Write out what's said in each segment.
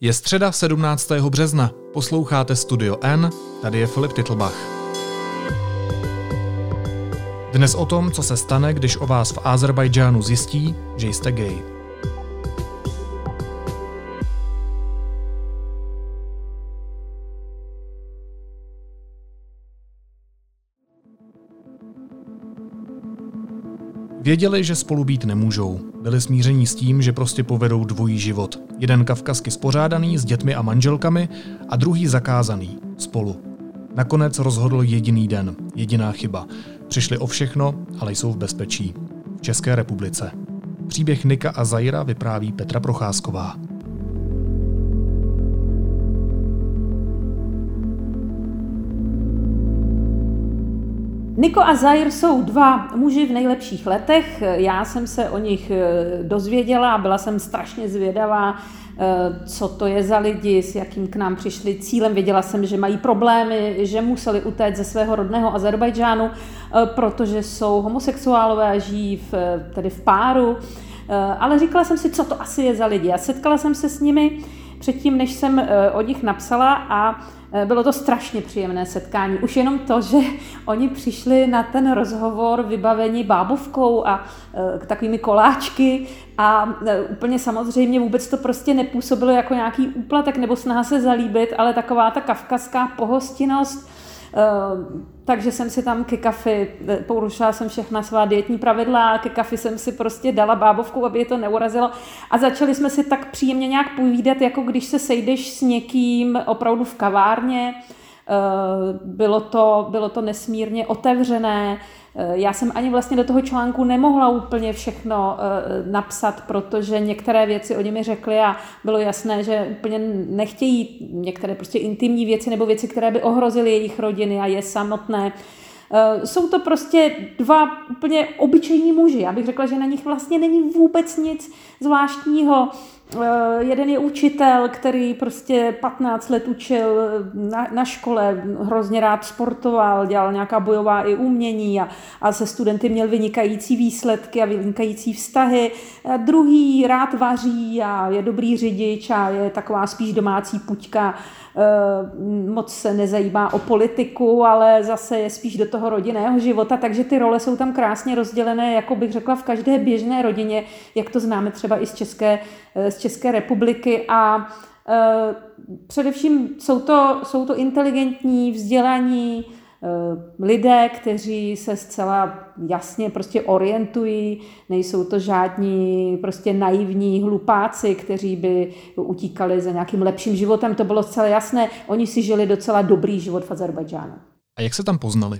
Je středa 17. března, posloucháte Studio N, tady je Filip Titlbach. Dnes o tom, co se stane, když o vás v Ázerbájdžánu zjistí, že jste gay. Věděli, že spolu být nemůžou. Byli smíření s tím, že prostě povedou dvojí život. Jeden kavkazsky spořádaný s dětmi a manželkami a druhý zakázaný, spolu. Nakonec rozhodl jediný den, jediná chyba. Přišli o všechno, ale jsou v bezpečí. V České republice. Příběh Nika a Zaira vypráví Petra Procházková. Niko a Zair jsou dva muži v nejlepších letech. Já jsem se o nich dozvěděla a byla jsem strašně zvědavá, co to je za lidi, s jakým k nám přišli cílem. Věděla jsem, že mají problémy, že museli utéct ze svého rodného Ázerbájdžánu, protože jsou homosexuálové a žijí tedy v páru. Ale říkala jsem si, co to asi je za lidi. A setkala jsem se s nimi předtím, než jsem o nich napsala a bylo to strašně příjemné setkání. Už jenom to, že oni přišli na ten rozhovor vybaveni bábovkou a takovými koláčky a úplně samozřejmě vůbec to prostě nepůsobilo jako nějaký úplatek nebo snaha se zalíbit, ale taková ta kavkazská pohostinnost. Takže jsem si tam ke kafi, porušila jsem všechna svá dietní pravidla a ke kafi jsem si prostě dala bábovku, aby je to neurazilo. A začali jsme si tak příjemně nějak povídat, jako když se sejdeš s někým opravdu v kavárně. Bylo to nesmírně otevřené. Já jsem ani vlastně do toho článku nemohla úplně všechno napsat, protože některé věci oni mi řekli a bylo jasné, že úplně nechtějí některé prostě intimní věci nebo věci, které by ohrozily jejich rodiny a je samotné. Jsou to prostě dva úplně obyčejní muži. Já bych řekla, že na nich vlastně není vůbec nic zvláštního. Jeden je učitel, který prostě 15 let učil na škole, hrozně rád sportoval, dělal nějaká bojová i umění a se studenty měl vynikající výsledky a vynikající vztahy. Druhý rád vaří a je dobrý řidič a je taková spíš domácí puťka. Moc se nezajímá o politiku, ale zase je spíš do toho rodinného života, takže ty role jsou tam krásně rozdělené, jako bych řekla, v každé běžné rodině, jak to známe třeba i z České republiky a především jsou to inteligentní, vzdělaní lidé, kteří se zcela jasně prostě orientují, nejsou to žádní prostě naivní hlupáci, kteří by utíkali za nějakým lepším životem, to bylo zcela jasné, oni si žili docela dobrý život v Ázerbájdžánu. A jak se tam poznali?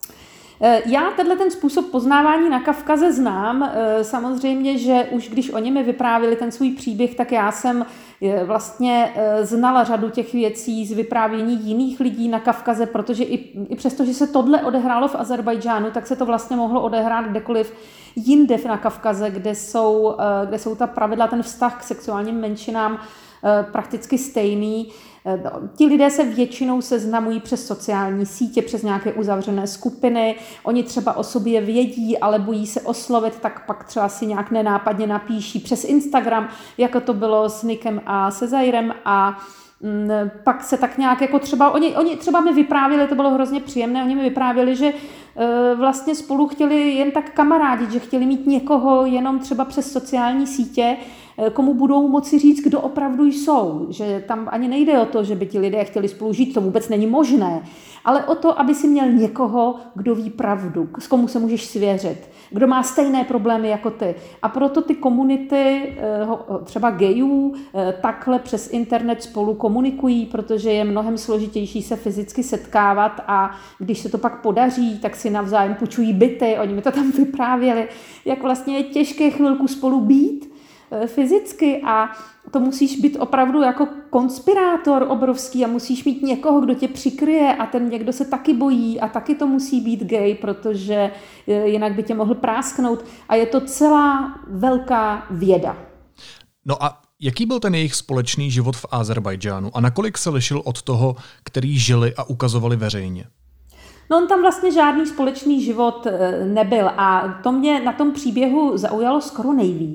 Já ten způsob poznávání na Kavkaze znám. Samozřejmě, že už když oni mi vyprávěli ten svůj příběh, tak já jsem vlastně znala řadu těch věcí z vyprávění jiných lidí na Kavkaze, protože i přesto, že se tohle odehrálo v Ázerbájdžánu, tak se to vlastně mohlo odehrát kdekoliv jinde na Kavkaze, kde jsou ta pravidla, ten vztah k sexuálním menšinám prakticky stejný. Ti lidé se většinou seznamují přes sociální sítě, přes nějaké uzavřené skupiny. Oni třeba o sobě vědí, ale bojí se oslovit, tak pak třeba si nějak nenápadně napíší přes Instagram, jako to bylo s Nikem a se Zairem a pak se tak nějak jako třeba, oni třeba mi vyprávěli, to bylo hrozně příjemné, oni mi vyprávěli, že vlastně spolu chtěli jen tak kamarádit, že chtěli mít někoho jenom třeba přes sociální sítě, komu budou moci říct, kdo opravdu jsou. Že tam ani nejde o to, že by ti lidé chtěli spolu žít, to vůbec není možné, ale o to, aby si měl někoho, kdo ví pravdu, s komu se můžeš svěřit, kdo má stejné problémy jako ty. A proto ty komunity, třeba gayů, takhle přes internet spolu komunikují, protože je mnohem složitější se fyzicky setkávat a když se to pak podaří, tak si navzájem půjčují byty, oni mi to tam vyprávěli, jak vlastně je těžké chvilku spolu být fyzicky a to musíš být opravdu jako konspirátor obrovský a musíš mít někoho, kdo tě přikryje a ten někdo se taky bojí a taky to musí být gay, protože jinak by tě mohl prásknout a je to celá velká věda. No a jaký byl ten jejich společný život v Ázerbájdžánu a nakolik se lišil od toho, který žili a ukazovali veřejně? No on tam vlastně žádný společný život nebyl a to mě na tom příběhu zaujalo skoro nejvíc.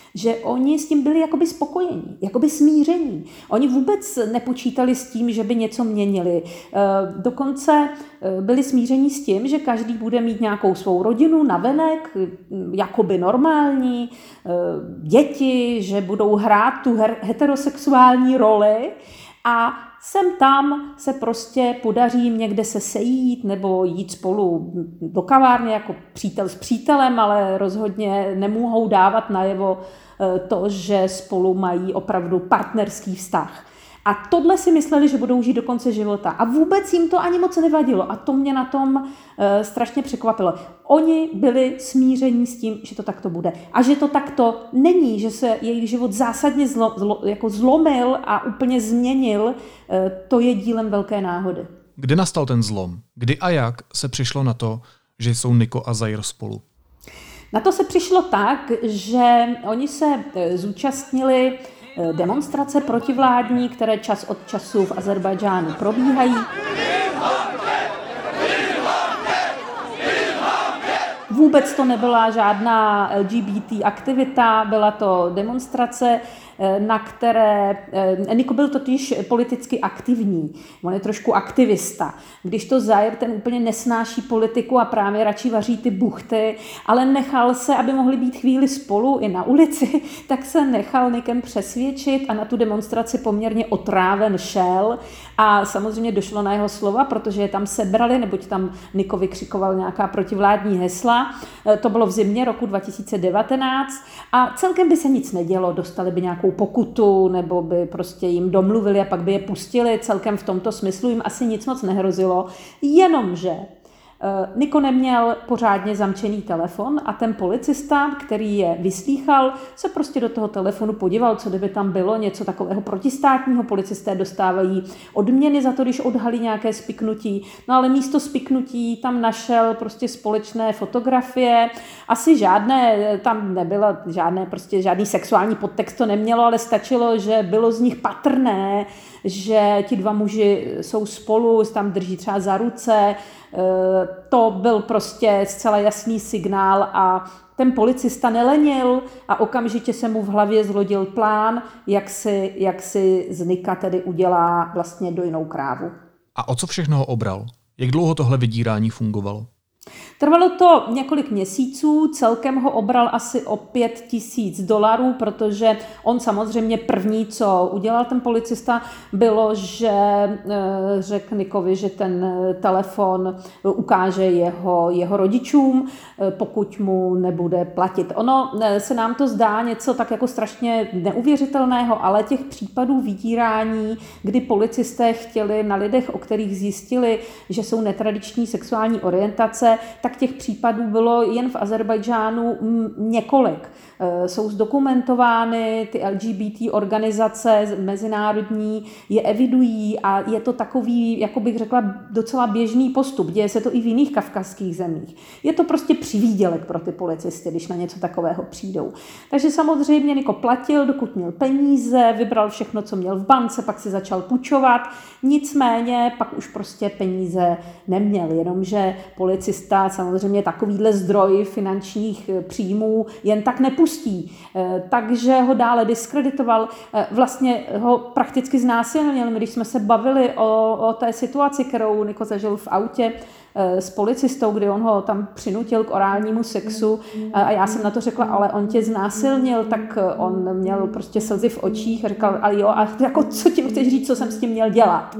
že oni s tím byli jakoby spokojení, jakoby smíření. Oni vůbec nepočítali s tím, že by něco měnili. Dokonce byli smíření s tím, že každý bude mít nějakou svou rodinu navenek, jakoby normální, děti, že budou hrát tu heterosexuální roli a sem tam se prostě podaří jim někde se sejít nebo jít spolu do kavárny jako přítel s přítelem, ale rozhodně nemohou dávat najevo to, že spolu mají opravdu partnerský vztah. A tohle si mysleli, že budou žít do konce života. A vůbec jim to ani moc nevadilo. A to mě na tom strašně překvapilo. Oni byli smíření s tím, že to takto bude. A že to takto není, že se jejich život zásadně zlomil a úplně změnil, to je dílem velké náhody. Kdy nastal ten zlom? Kdy a jak se přišlo na to, že jsou Niko a Zair spolu? Na to se přišlo tak, že oni se zúčastnili demonstrace protivládní, které čas od času v Azerbajdžánu probíhají. Vůbec to nebyla žádná LGBT aktivita, byla to demonstrace, na které Niko byl totiž politicky aktivní. On je trošku aktivista. Když to Zair, ten úplně nesnáší politiku a právě radši vaří ty buchty, ale nechal se, aby mohli být chvíli spolu i na ulici, tak se nechal Nikem přesvědčit a na tu demonstraci poměrně otráven šel. A samozřejmě došlo na jeho slova, protože je tam sebrali, neboť tam Niko vykřikoval nějaká protivládní hesla. To bylo v zimě roku 2019 a celkem by se nic nedělo, dostali by nějakou pokutu nebo by prostě jim domluvili a pak by je pustili. Celkem v tomto smyslu jim asi nic moc nehrozilo, jenomže Niko neměl pořádně zamčený telefon a ten policista, který je vyslýchal, se prostě do toho telefonu podíval, co kdyby tam bylo něco takového protistátního. Policisté dostávají odměny za to, když odhalí nějaké spiknutí. No ale místo spiknutí tam našel prostě společné fotografie. Asi žádné, tam nebylo žádný sexuální podtext to nemělo, ale stačilo, že bylo z nich patrné, že ti dva muži jsou spolu, tam drží třeba za ruce. To byl prostě zcela jasný signál a ten policista nelenil a okamžitě se mu v hlavě zrodil plán, jak si z Nika tedy udělá vlastně dojnou krávu. A o co všechno ho obral? Jak dlouho tohle vydírání fungovalo? Trvalo to několik měsíců, celkem ho obral asi o $5,000, protože on samozřejmě první, co udělal ten policista, bylo, že řekl Nikovi, že ten telefon ukáže jeho rodičům, pokud mu nebude platit. Ono se nám to zdá něco tak jako strašně neuvěřitelného, ale těch případů vydírání, kdy policisté chtěli na lidech, o kterých zjistili, že jsou netradiční sexuální orientace, tak těch případů bylo jen v Azerbajdžánu několik. Jsou zdokumentovány, ty LGBT organizace mezinárodní je evidují a je to takový, jako bych řekla, docela běžný postup. Děje se to i v jiných kavkazských zemích. Je to prostě přivýdělek pro ty policisty, když na něco takového přijdou. Takže samozřejmě Niko platil, dokud měl peníze, vybral všechno, co měl v bance, pak si začal půjčovat. Nicméně pak už prostě peníze neměl, jenomže policista samozřejmě takovýhle zdroj finančních příjmů jen tak nepustí. Takže ho dále diskreditoval, vlastně ho prakticky znásilnil. Když jsme se bavili o té situaci, kterou Niko zažil v autě s policistou, kdy on ho tam přinutil k orálnímu sexu a já jsem na to řekla, ale on tě znásilnil, tak on měl prostě slzy v očích a říkal, ale jo, a jako co tím chceš říct, co jsem s tím měl dělat?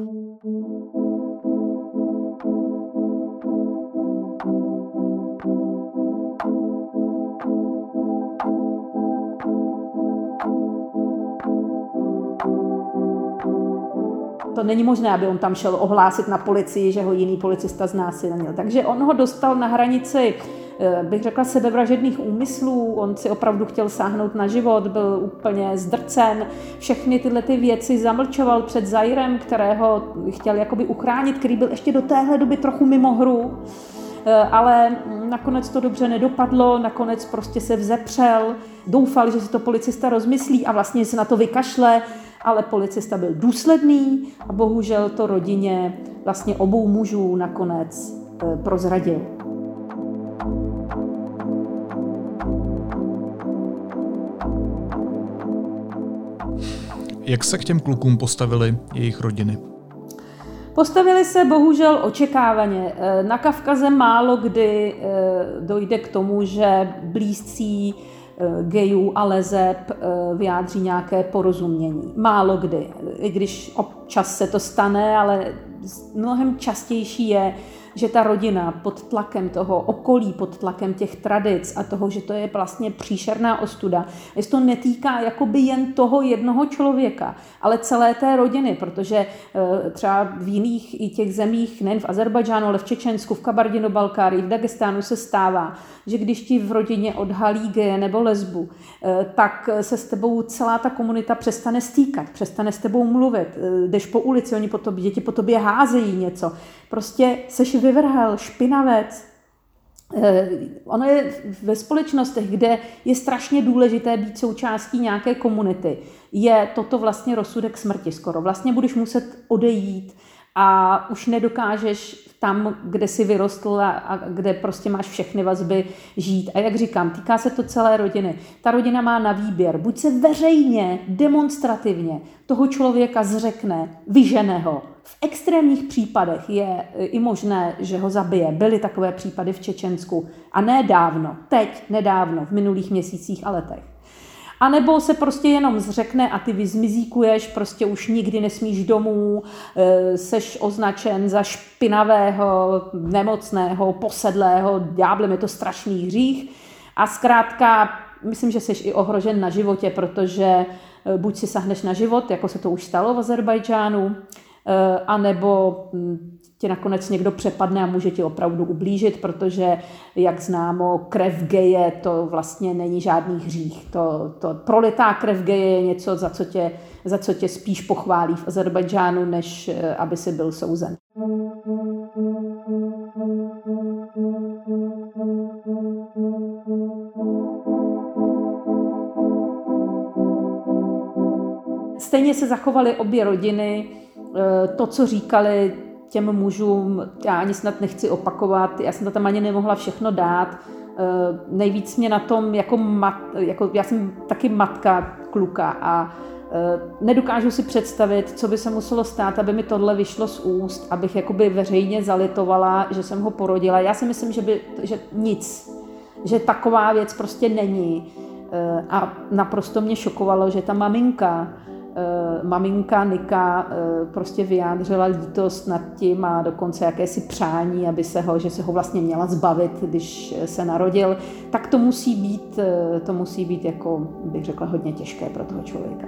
To není možné, aby on tam šel ohlásit na policii, že ho jiný policista znásilnil. Takže on ho dostal na hranici, bych řekla, sebevražedných úmyslů. On si opravdu chtěl sáhnout na život, byl úplně zdrcen. Všechny tyhle ty věci zamlčoval před Zairem, kterého chtěl jakoby uchránit, který byl ještě do téhle doby trochu mimo hru. Ale nakonec to dobře nedopadlo, nakonec prostě se vzepřel, doufal, že si to policista rozmyslí a vlastně se na to vykašle, ale policista byl důsledný a bohužel to rodině vlastně obou mužů nakonec prozradil. Jak se k těm klukům postavili jejich rodiny? Postavili se bohužel očekávaně. Na Kavkaze málo kdy dojde k tomu, že blízcí gejů a leseb vyjádří nějaké porozumění. Málo kdy. I když občas se to stane, ale mnohem častější je, že ta rodina pod tlakem toho okolí, pod tlakem těch tradic a toho, že to je vlastně příšerná ostuda, že to netýká jakoby jen toho jednoho člověka, ale celé té rodiny, protože třeba v jiných i těch zemích, nejen v Azerbajdžánu, ale v Čečensku, v Kabardino-Balkárii, v Dagestánu se stává, že když ti v rodině odhalí geje nebo lesbu, tak se s tebou celá ta komunita přestane stýkat, přestane s tebou mluvit, jdeš po ulici, oni děti po tobě házejí něco. Prostě seš vyvrhel, špinavec. Ono je ve společnostech, kde je strašně důležité být součástí nějaké komunity, je toto vlastně rozsudek smrti skoro. Vlastně budeš muset odejít a už nedokážeš tam, kde jsi vyrostl a kde prostě máš všechny vazby žít. A jak říkám, týká se to celé rodiny. Ta rodina má na výběr. Buď se veřejně, demonstrativně toho člověka zřekne, vyžene ho. V extrémních případech je i možné, že ho zabije. Byly takové případy v Čečensku. A ne dávno, teď, nedávno, v minulých měsících a letech. A nebo se prostě jenom zřekne a ty vyzmizíkuješ, prostě už nikdy nesmíš domů, seš označen za špinavého, nemocného, posedlého, ďáblem, je to strašný hřích. A zkrátka, myslím, že seš i ohrožen na životě, protože buď si sahneš na život, jako se to už stalo v Azerbajdžánu, anebo tě nakonec někdo přepadne a může ti opravdu ublížit, protože, jak známo, krev geje to vlastně není žádný hřích. To prolitá krev geje je něco, za co tě spíš pochválí v Azerbajdžánu, než aby si byl souzen. Stejně se zachovaly obě rodiny. To, co říkali těm mužům, já ani snad nechci opakovat, já jsem to tam ani nemohla všechno dát. Nejvíc mě na tom, jako já jsem taky matka kluka a nedokážu si představit, co by se muselo stát, aby mi tohle vyšlo z úst, abych jakoby veřejně zalitovala, že jsem ho porodila. Já si myslím, že nic, že taková věc prostě není. A naprosto mě šokovalo, že ta maminka Nika prostě vyjádřila lítost nad tím a dokonce jakési přání, že se ho vlastně měla zbavit, když se narodil, tak to musí být jako, bych řekla, hodně těžké pro toho člověka.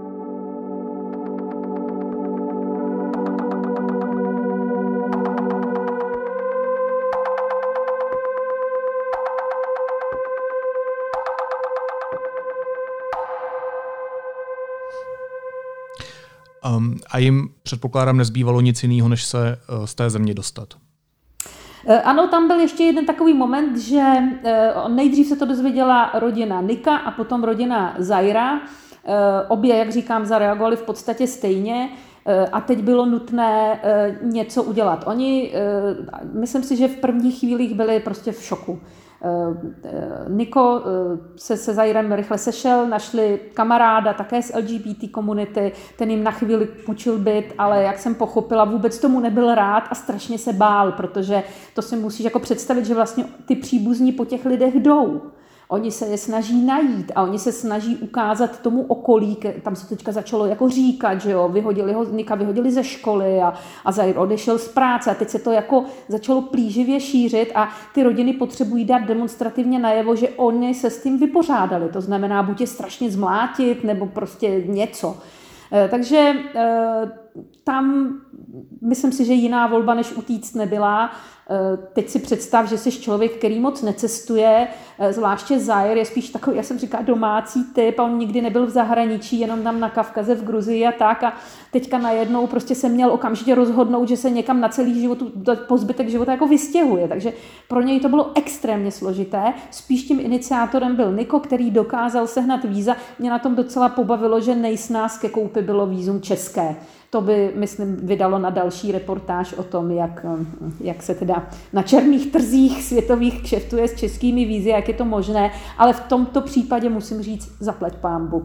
A jim, předpokládám, nezbývalo nic jiného, než se z té země dostat. Ano, tam byl ještě jeden takový moment, že nejdřív se to dozvěděla rodina Nika a potom rodina Zaira. Obě, jak říkám, zareagovali v podstatě stejně a teď bylo nutné něco udělat. Oni, myslím si, že v prvních chvílích byli prostě v šoku. Niko se Zairem rychle sešel, našli kamaráda také z LGBT komunity, ten jim na chvíli půjčil byt, ale jak jsem pochopila, vůbec tomu nebyl rád a strašně se bál, protože to si musíš jako představit, že vlastně ty příbuzní po těch lidech jdou. Oni se je snaží najít a oni se snaží ukázat tomu okolí, tam se teďka začalo jako říkat, že jo, Nika vyhodili ze školy a Zair odešel z práce a teď se to jako začalo plíživě šířit a ty rodiny potřebují dát demonstrativně najevo, že oni se s tím vypořádali, to znamená buď je strašně zmlátit nebo prostě něco. Takže tam myslím si, že jiná volba než utíct nebyla. Teď si představ, že jsi člověk, který moc necestuje, zvláště Zair je spíš takový, já jsem říkala, domácí typ a on nikdy nebyl v zahraničí, jenom tam na Kavkaze, v Gruzii a tak a teďka najednou prostě se měl okamžitě rozhodnout, že se někam na celý život, po zbytek života jako vystěhuje, takže pro něj to bylo extrémně složité. Spíš tím iniciátorem byl Niko, který dokázal sehnat víza. Mě na tom docela pobavilo, že nejsnáz ke koupi bylo vízum české. To by, myslím, vydalo na další reportáž o tom, jak se teda na černých trzích světových kšeftuje s českými vízy, jak je to možné, ale v tomto případě musím říct zaplať pánbu,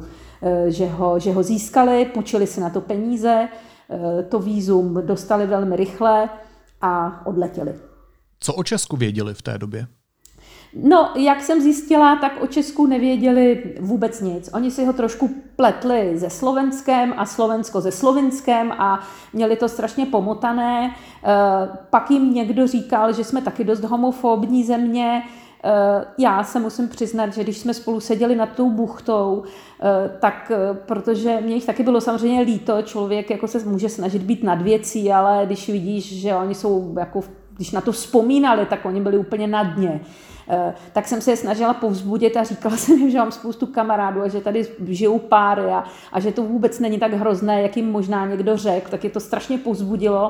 že ho získali, půjčili si na to peníze, to vízum dostali velmi rychle a odletěli. Co o Česku věděli v té době? No, jak jsem zjistila, tak o Česku nevěděli vůbec nic. Oni si ho trošku pletli se Slovenskem a Slovensko se Slovinskem a měli to strašně pomotané. Pak jim někdo říkal, že jsme taky dost homofobní země. Já se musím přiznat, že když jsme spolu seděli nad tou buchtou, tak protože mě jich taky bylo samozřejmě líto, člověk jako se může snažit být nad věcí, ale když vidíš, že oni jsou, jako, když na to vzpomínali, tak oni byli úplně na dně. Tak jsem se je snažila povzbudit a říkala jsem jim, že mám spoustu kamarádů a že tady žijou páry a že to vůbec není tak hrozné, jak jim možná někdo řekl, tak je to strašně povzbudilo.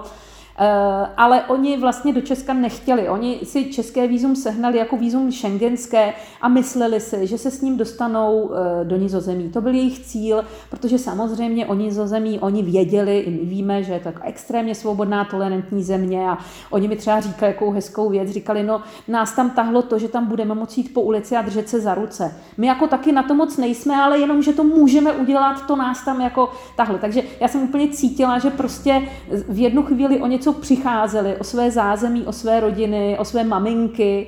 Ale oni vlastně do Česka nechtěli. Oni si české vízum sehnali jako vízum schengenské a mysleli si, že se s ním dostanou do Nizozemí. To byl jejich cíl, protože samozřejmě o Nizozemí oni věděli, i my víme, že je to jako extrémně svobodná, tolerantní země a oni mi třeba říkali jakou hezkou věc, říkali, no nás tam tahlo to, že tam budeme moci jít po ulici a držet se za ruce. My jako taky na to moc nejsme, ale jenom, že to můžeme udělat, to nás tam jako tahlo. Takže já jsem úplně cítila, že prostě v jednu chvíli oni přicházeli o své zázemí, o své rodiny, o své maminky,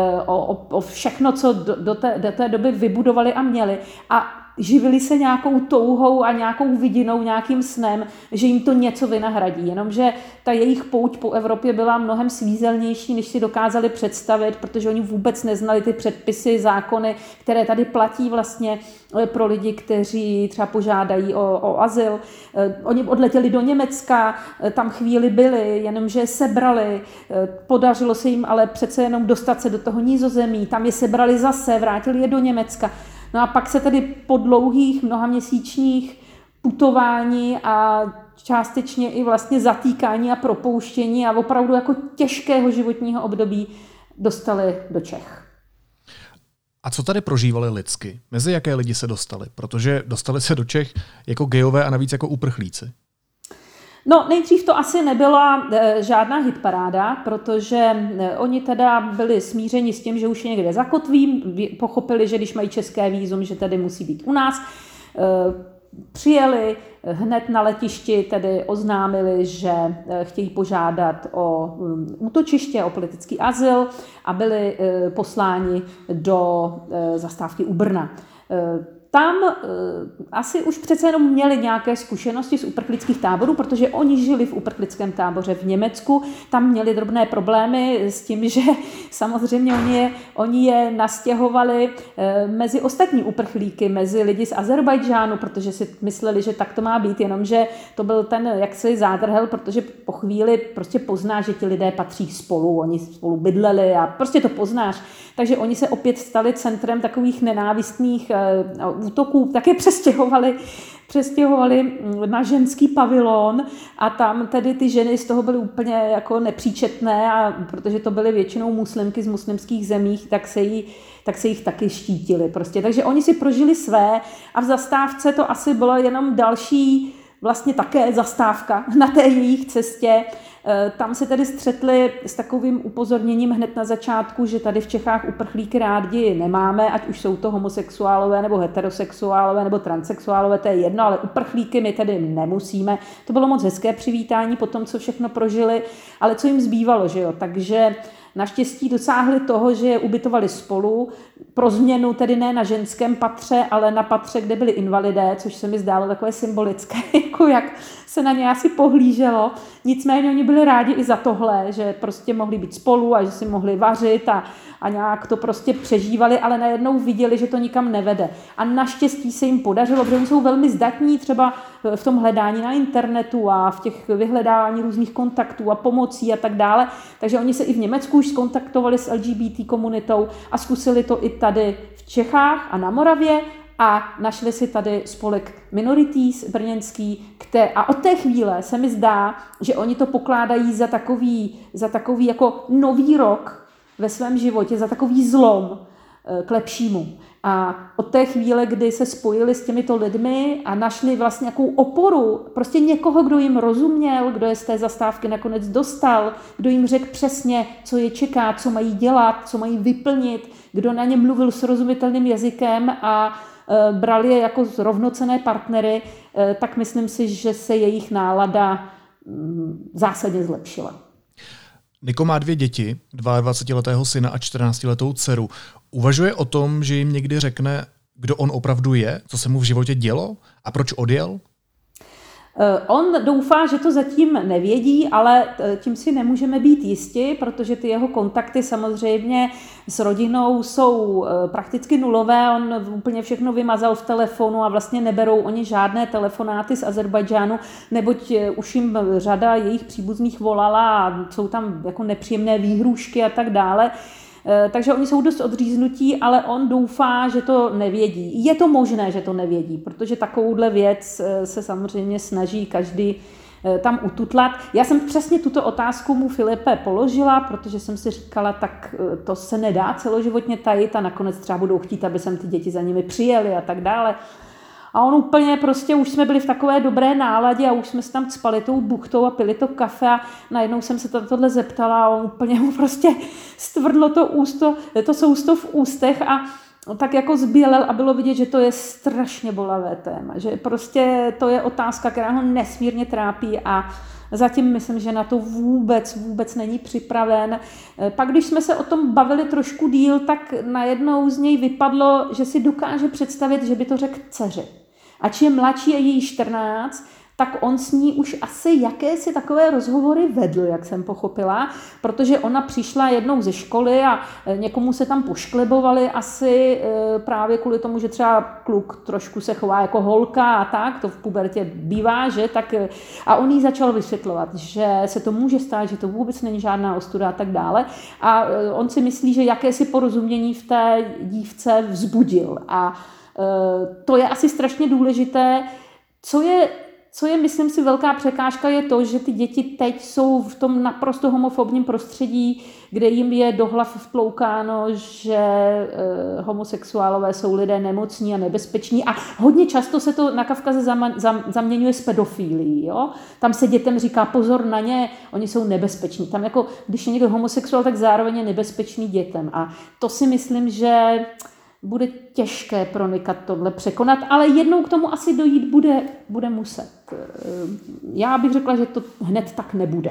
o všechno, co do té doby vybudovali a měli. A živili se nějakou touhou a nějakou vidinou, nějakým snem, že jim to něco vynahradí. Jenomže ta jejich pouť po Evropě byla mnohem svízelnější, než si dokázali představit, protože oni vůbec neznali ty předpisy, zákony, které tady platí vlastně pro lidi, kteří třeba požádají o azyl. Oni odletěli do Německa, tam chvíli byli, jenomže sebrali. Podařilo se jim ale přece jenom dostat se do toho Nizozemí, tam je sebrali zase, vrátili je do Německa. No a pak se tedy po dlouhých mnohaměsíčních putování a částečně i vlastně zatýkání a propouštění a opravdu jako těžkého životního období dostali do Čech. A co tady prožívali lidsky? Mezi jaké lidi se dostali? Protože dostali se do Čech jako gejové a navíc jako uprchlíci. No, nejdřív to asi nebyla žádná hitparáda, protože oni teda byli smířeni s tím, že už je někde zakotví, pochopili, že když mají české vízum, že tady musí být u nás. Přijeli hned na letišti, tedy oznámili, že chtějí požádat o útočiště, o politický azyl a byli posláni do zastávky u Brna. Tam asi už přece jenom měli nějaké zkušenosti z uprchlických táborů, protože oni žili v uprchlickém táboře v Německu, tam měli drobné problémy s tím, že samozřejmě oni je nastěhovali mezi ostatní uprchlíky, mezi lidi z Azerbajdžánu, protože si mysleli, že tak to má být, jenomže to byl ten jaksi zádrhel, protože po chvíli prostě poznáš, že ti lidé patří spolu, oni spolu bydleli a prostě to poznáš. Takže oni se opět stali centrem takových nenávistných útoků, také přestěhovali na ženský pavilon a tam tedy ty ženy z toho byly úplně jako nepříčetné a protože to byly většinou muslimky z muslimských zemí, tak se jich taky štítili prostě. Takže oni si prožili své a v zastávce to asi bylo jenom další vlastně také zastávka na té jejich cestě. Tam se tedy střetli s takovým upozorněním hned na začátku, že tady v Čechách uprchlíky rádi nemáme, ať už jsou to homosexuálové nebo heterosexuálové nebo transsexuálové, to je jedno, ale uprchlíky my tedy nemusíme. To bylo moc hezké přivítání po tom, co všechno prožili, ale co jim zbývalo, že jo? Takže naštěstí dosáhli toho, že je ubytovali spolu, pro změnu tedy ne na ženském patře, ale na patře, kde byli invalidé, což se mi zdálo takové symbolické, jako jak se na ně asi pohlíželo. Nicméně oni byli rádi i za tohle, že prostě mohli být spolu a že si mohli vařit a nějak to prostě přežívali, ale najednou viděli, že to nikam nevede. A naštěstí se jim podařilo, protože oni jsou velmi zdatní třeba v tom hledání na internetu a v těch vyhledávání různých kontaktů a pomocí a tak dále. Takže oni se i v Německu už skontaktovali s LGBT komunitou a zkusili to i tady v Čechách a na Moravě a našli si tady spolek Minorities brněnský, a od té chvíle se mi zdá, že oni to pokládají za takový jako nový rok ve svém životě, za takový zlom, k lepšímu. A od té chvíle, kdy se spojili s těmito lidmi a našli vlastně nějakou oporu, prostě někoho, kdo jim rozuměl, kdo je z té zastávky nakonec dostal, kdo jim řekl přesně, co je čeká, co mají dělat, co mají vyplnit, kdo na ně mluvil srozumitelným jazykem a brali je jako rovnocenné partnery, tak myslím si, že se jejich nálada zásadně zlepšila. Niko má 2 děti, 22letého syna a 14letou dceru. Uvažuje o tom, že jim někdy řekne, kdo on opravdu je, co se mu v životě dělo a proč odjel? On doufá, že to zatím nevědí, ale tím si nemůžeme být jisti, protože ty jeho kontakty samozřejmě s rodinou jsou prakticky nulové. On úplně všechno vymazal v telefonu a vlastně neberou oni žádné telefonáty z Azerbajdžánu, neboť už jim řada jejich příbuzných volala a jsou tam jako nepříjemné výhrůžky a tak dále. Takže oni jsou dost odříznutí, ale on doufá, že to nevědí. Je to možné, že to nevědí, protože takovouhle věc se samozřejmě snaží každý tam ututlat. Já jsem přesně tuto otázku mu, Filipe, položila, protože jsem si říkala, tak to se nedá celoživotně tajit a nakonec třeba budou chtít, aby sem ty děti za nimi přijeli a tak dále. A on úplně prostě, už jsme byli v takové dobré náladě a už jsme se tam cpali tou buchtou a pili to kafe a najednou jsem se tohle zeptala a on úplně mu prostě stvrdlo to sousto v ústech a tak jako zbělel a bylo vidět, že to je strašně bolavé téma, že prostě to je otázka, která ho nesmírně trápí a zatím myslím, že na to vůbec není připraven. Pak, když jsme se o tom bavili trošku díl, tak najednou z něj vypadlo, že si dokáže představit, že by to řekl dceři. Ač je mladší a jí 14, tak on s ní už asi jakési takové rozhovory vedl, jak jsem pochopila, protože ona přišla jednou ze školy a někomu se tam pošklebovali asi právě kvůli tomu, že třeba kluk trošku se chová jako holka a tak, to v pubertě bývá, že? Tak, a on jí začal vysvětlovat, že se to může stát, že to vůbec není žádná ostuda a tak dále. A on si myslí, že jakési porozumění v té dívce vzbudil. A to je asi strašně důležité. Co je, myslím si, velká překážka, je to, že ty děti teď jsou v tom naprosto homofobním prostředí, kde jim je do hlav vtloukáno, že homosexuálové jsou lidé nemocní a nebezpeční a hodně často se to na Kavkaze zaměňuje s pedofílií. Jo? Tam se dětem říká pozor na ně, oni jsou nebezpeční. Tam jako, když je někdo homosexuál, tak zároveň je nebezpečný dětem. A to si myslím, že bude těžké pro Nika tohle překonat, ale jednou k tomu asi dojít bude muset. Já bych řekla, že to hned tak nebude.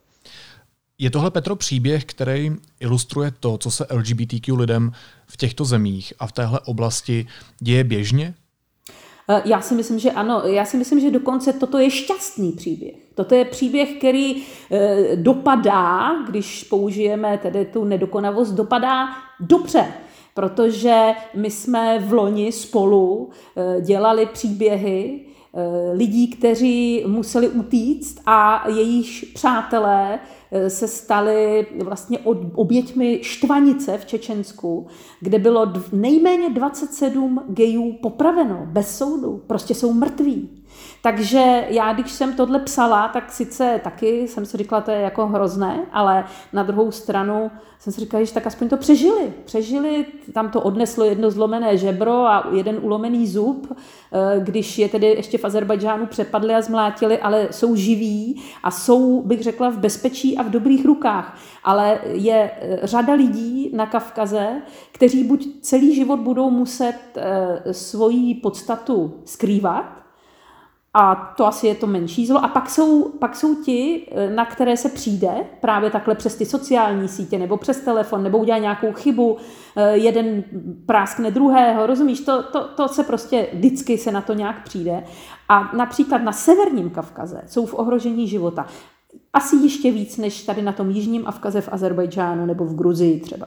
Je tohle, Petro, příběh, který ilustruje to, co se LGBTQ lidem v těchto zemích a v téhle oblasti děje běžně? Já si myslím, že ano. Já si myslím, že dokonce toto je šťastný příběh. Toto je příběh, který dopadá, když použijeme tedy tu nedokonavost, dopadá dobře. Protože my jsme v loni spolu dělali příběhy lidí, kteří museli utíct a jejich přátelé se stali vlastně oběťmi štvanice v Čečensku, kde bylo nejméně 27 gejů popraveno bez soudu. Prostě jsou mrtví. Takže já, když jsem tohle psala, tak sice taky jsem si říkala, to je jako hrozné, ale na druhou stranu jsem si říkala, že tak aspoň to přežili. Přežili, tam to odneslo jedno zlomené žebro a jeden ulomený zub, když je tedy ještě v Azerbajdžánu přepadli a zmlátili, ale jsou živí a jsou, bych řekla, v bezpečí a v dobrých rukách. Ale je řada lidí na Kavkaze, kteří buď celý život budou muset svoji podstatu skrývat, a to asi je to menší zlo. A pak jsou ti, na které se přijde právě takhle přes ty sociální sítě nebo přes telefon, nebo udělá nějakou chybu, jeden práskne druhého, rozumíš? To se prostě vždycky se na to nějak přijde. A například na severním Kavkaze jsou v ohrožení života. Asi ještě víc, než tady na tom jižním Kavkaze v Azerbajdžánu nebo v Gruzii třeba.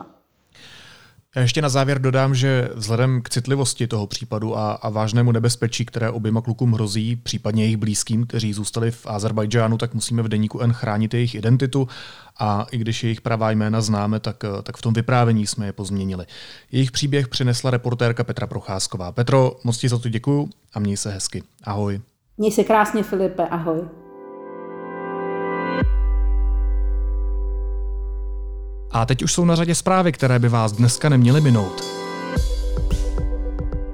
Já ještě na závěr dodám, že vzhledem k citlivosti toho případu a vážnému nebezpečí, které oběma klukům hrozí, případně jejich blízkým, kteří zůstali v Azerbajdžánu, tak musíme v deníku N chránit jejich identitu a i když jejich pravá jména známe, tak v tom vyprávění jsme je pozměnili. Jejich příběh přinesla reportérka Petra Procházková. Petro, moc ti za to děkuju a měj se hezky. Ahoj. Měj se krásně, Filipe. Ahoj. A teď už jsou na řadě zprávy, které by vás dneska neměly minout.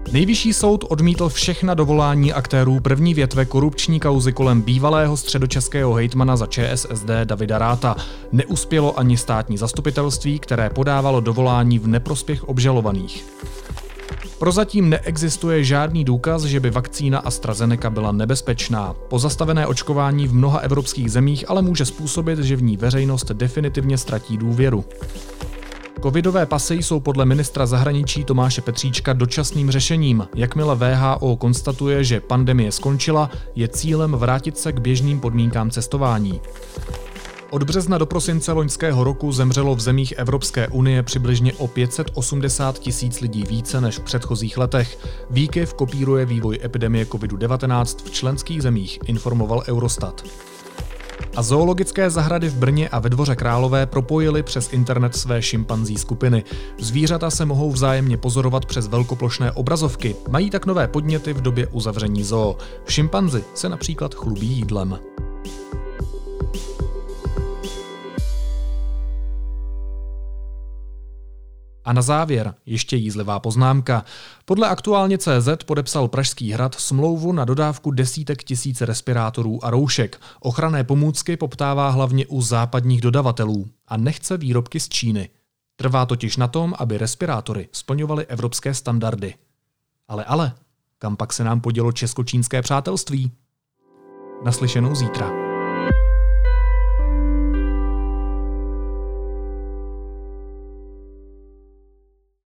Nejvyšší soud odmítl všechna dovolání aktérů první větve korupční kauzy kolem bývalého středočeského hejtmana za ČSSD Davida Ratha. Neuspělo ani státní zastupitelství, které podávalo dovolání v neprospěch obžalovaných. Prozatím neexistuje žádný důkaz, že by vakcína AstraZeneca byla nebezpečná. Pozastavené očkování v mnoha evropských zemích ale může způsobit, že v ní veřejnost definitivně ztratí důvěru. Covidové pasy jsou podle ministra zahraničí Tomáše Petříčka dočasným řešením. Jakmile WHO konstatuje, že pandemie skončila, je cílem vrátit se k běžným podmínkám cestování. Od března do prosince loňského roku zemřelo v zemích Evropské unie přibližně o 580 000 lidí více než v předchozích letech. Výkyv kopíruje vývoj epidemie COVID-19 v členských zemích, informoval Eurostat. A zoologické zahrady v Brně a ve Dvoře Králové propojily přes internet své šimpanzí skupiny. Zvířata se mohou vzájemně pozorovat přes velkoplošné obrazovky, mají tak nové podněty v době uzavření zoo. Šimpanzi se například chlubí jídlem. A na závěr ještě jízlivá poznámka. Podle Aktuálně.cz podepsal Pražský hrad smlouvu na dodávku desítek tisíc respirátorů a roušek. Ochranné pomůcky poptává hlavně u západních dodavatelů a nechce výrobky z Číny. Trvá totiž na tom, aby respirátory splňovaly evropské standardy. Ale, kam pak se nám podělo česko-čínské přátelství? Naslyšenou zítra.